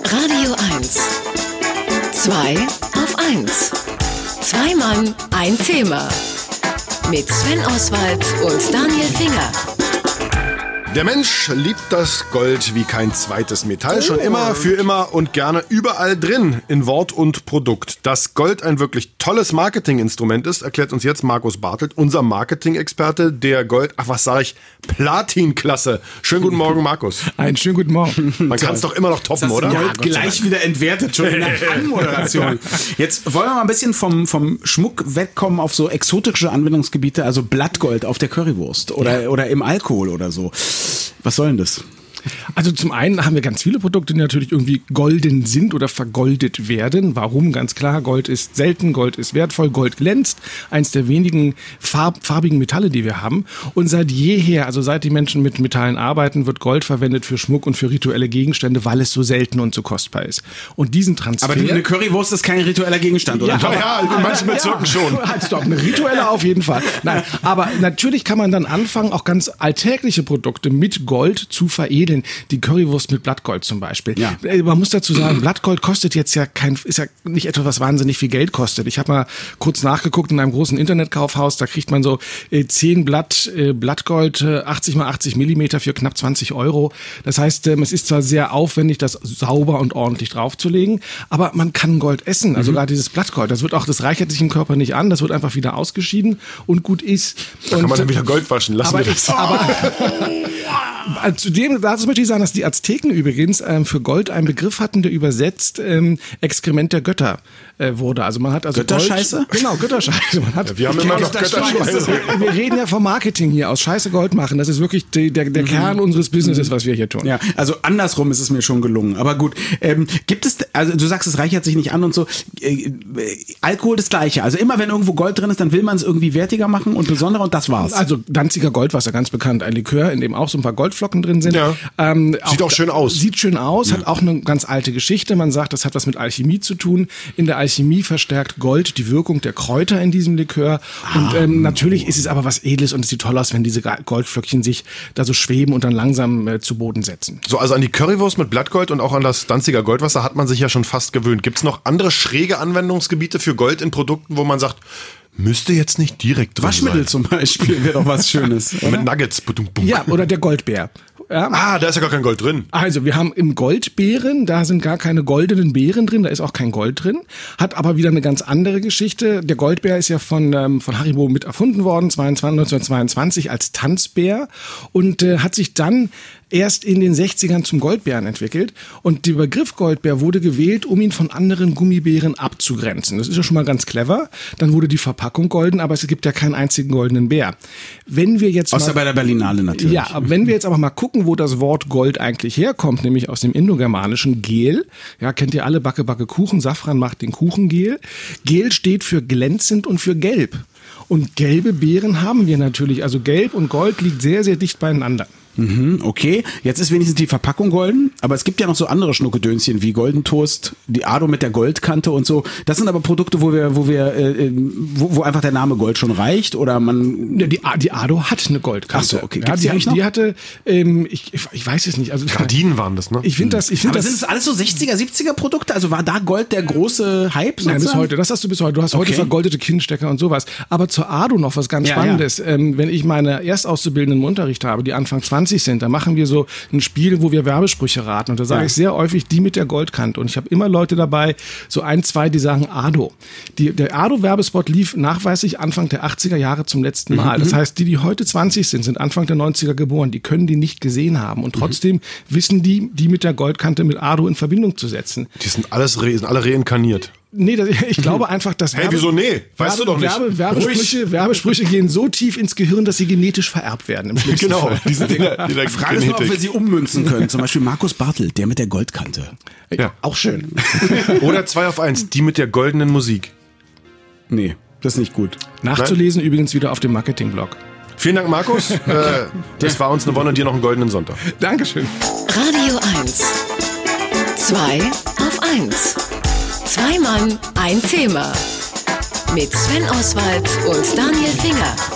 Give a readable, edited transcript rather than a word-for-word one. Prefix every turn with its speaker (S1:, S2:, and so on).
S1: Radio 1. 2 auf 1. Zwei Mann, ein Thema. Mit Sven Oswald und Daniel Finger.
S2: Der Mensch liebt das Gold wie kein zweites Metall. Schon immer, für immer und gerne überall drin in Wort und Produkt. Dass Gold ein wirklich tolles Marketinginstrument ist, erklärt uns jetzt Markus Bartelt, unser Marketing-Experte der Platin-Klasse. Schönen guten Morgen, Markus.
S3: Einen schönen guten Morgen.
S2: Man kann es doch immer noch toppen, oder?
S4: Gold gleich wieder entwertet, schon in der Anmoderation. Jetzt wollen wir mal ein bisschen vom Schmuck wegkommen auf so exotische Anwendungsgebiete, also Blattgold auf der Currywurst oder im Alkohol oder so. Was soll denn das?
S3: Also zum einen haben wir ganz viele Produkte, die natürlich irgendwie golden sind oder vergoldet werden. Warum? Ganz klar, Gold ist selten, Gold ist wertvoll, Gold glänzt. Eins der wenigen farbigen Metalle, die wir haben. Und seit jeher, also seit die Menschen mit Metallen arbeiten, wird Gold verwendet für Schmuck und für rituelle Gegenstände, weil es so selten und so kostbar ist. Und diesen Transfer...
S4: Aber eine Currywurst ist kein ritueller Gegenstand, oder?
S2: Ja, in manchen Bezirken schon.
S3: Halt, stopp, eine rituelle auf jeden Fall. Nein, aber natürlich kann man dann anfangen, auch ganz alltägliche Produkte mit Gold zu veredeln. Die Currywurst mit Blattgold zum Beispiel. Ja. Man muss dazu sagen, Blattgold kostet jetzt ist ja nicht etwas, was wahnsinnig viel Geld kostet. Ich habe mal kurz nachgeguckt in einem großen Internetkaufhaus, da kriegt man so 10 Blattgold, 80 mal 80 Millimeter für knapp 20 €. Das heißt, es ist zwar sehr aufwendig, das sauber und ordentlich draufzulegen, aber man kann Gold essen. Also gerade dieses Blattgold, das reichert sich im Körper nicht an, das wird einfach wieder ausgeschieden und gut ist.
S2: Da kann man dann wieder Gold waschen, lassen wir das.
S3: Dazu möchte ich sagen, dass die Azteken übrigens für Gold einen Begriff hatten, der übersetzt Exkrement der Götter wurde. Also man hat
S4: Götterscheiße?
S3: Gold, genau, Götterscheiße.
S2: Wir haben immer noch Götterscheiße.
S3: Wir reden ja vom Marketing hier, aus Scheiße Gold machen. Das ist wirklich der Kern unseres Businesses, was wir hier tun.
S4: Ja, also andersrum ist es mir schon gelungen. Aber gut, gibt es, also du sagst, es reichert sich nicht an und so. Alkohol das Gleiche. Also immer wenn irgendwo Gold drin ist, dann will man es irgendwie wertiger machen und besonderer und das war's.
S3: Also Danziger Goldwasser, ganz bekannt. Ein Likör, in dem auch so ein paar Goldflocken drin sind.
S2: Ja. Sieht auch schön aus.
S3: Sieht schön aus, hat auch eine ganz alte Geschichte. Man sagt, das hat was mit Alchemie zu tun. In der Alchemie verstärkt Gold die Wirkung der Kräuter in diesem Likör. Und natürlich ist es aber was Edles und es sieht toll aus, wenn diese Goldflöckchen sich da so schweben und dann langsam zu Boden setzen.
S2: So, also an die Currywurst mit Blattgold und auch an das Danziger Goldwasser hat man sich ja schon fast gewöhnt. Gibt es noch andere schräge Anwendungsgebiete für Gold in Produkten, wo man sagt, müsste jetzt nicht direkt drin
S4: Waschmittel
S2: sein?
S4: zum Beispiel wäre doch was Schönes.
S2: Mit Nuggets.
S3: Ja, oder der Goldbär. Ja.
S2: Da ist ja gar kein Gold drin.
S3: Also wir haben im Goldbeeren, da sind gar keine goldenen Beeren drin, da ist auch kein Gold drin, hat aber wieder eine ganz andere Geschichte. Der Goldbär ist ja von Haribo mit erfunden worden, 1922 als Tanzbär und hat sich dann erst in den 60ern zum Goldbären entwickelt. Und der Begriff Goldbär wurde gewählt, um ihn von anderen Gummibären abzugrenzen. Das ist ja schon mal ganz clever. Dann wurde die Verpackung golden, aber es gibt ja keinen einzigen goldenen Bär. Wenn wir jetzt
S4: außer bei der Berlinale natürlich.
S3: Ja, aber wenn wir jetzt aber mal gucken, wo das Wort Gold eigentlich herkommt, nämlich aus dem indogermanischen Gel. Ja, kennt ihr alle, Backe, Backe, Kuchen. Safran macht den Kuchengel. Gel steht für glänzend und für gelb. Und gelbe Beeren haben wir natürlich. Also Gelb und Gold liegt sehr, sehr dicht beieinander.
S4: Okay, jetzt ist wenigstens die Verpackung golden, aber es gibt ja noch so andere Schnuckedönschen wie Golden Toast, die Ado mit der Goldkante und so. Das sind aber Produkte, wo einfach der Name Gold schon reicht oder man...
S3: Ja, die Ado hat eine Goldkante.
S4: Ach so, okay.
S3: Ja, die hatte, ich weiß es nicht. Also
S2: Gardinen waren das, ne?
S3: Ich finde das...
S4: Aber sind das alles so 60er, 70er Produkte? Also war da Gold der große Hype sozusagen?
S3: Nein, bis heute. Das hast du bis heute. Du hast heute vergoldete Kinnstecker und sowas. Aber zur Ado noch was ganz Spannendes. Ja. Wenn ich meine Erstauszubildenden im Unterricht habe, die Anfang 20 sind, da machen wir so ein Spiel, wo wir Werbesprüche raten. Und da sage ich sehr häufig die mit der Goldkante. Und ich habe immer Leute dabei, so 1, 2, die sagen Ado. Der Ado-Werbespot lief nachweislich Anfang der 80er Jahre zum letzten Mal. Das heißt, die heute 20 sind Anfang der 90er geboren. Die können die nicht gesehen haben. Und trotzdem wissen die mit der Goldkante mit Ado in Verbindung zu setzen.
S2: Die sind alle reinkarniert.
S3: Nee, ich glaube einfach, dass
S2: wieso nee? Weißt du doch nicht.
S3: Werbesprüche gehen so tief ins Gehirn, dass sie genetisch vererbt werden. Im schlimmsten Fall.
S2: Diese Dinge.
S4: Frage ist nur, ob wir sie ummünzen können. Zum Beispiel Markus Bartelt, der mit der Goldkante.
S3: Ja, auch schön.
S2: Oder 2 auf 1, die mit der goldenen Musik.
S4: Nee, das ist nicht gut.
S3: Nachzulesen übrigens wieder auf dem Marketing-Blog.
S2: Vielen Dank, Markus. Das war uns eine Wonne, dir noch einen goldenen Sonntag.
S3: Dankeschön.
S1: Radio 1. 2 auf 1. Zwei Mann, ein Thema. Mit Sven Oswald und Daniel Finger.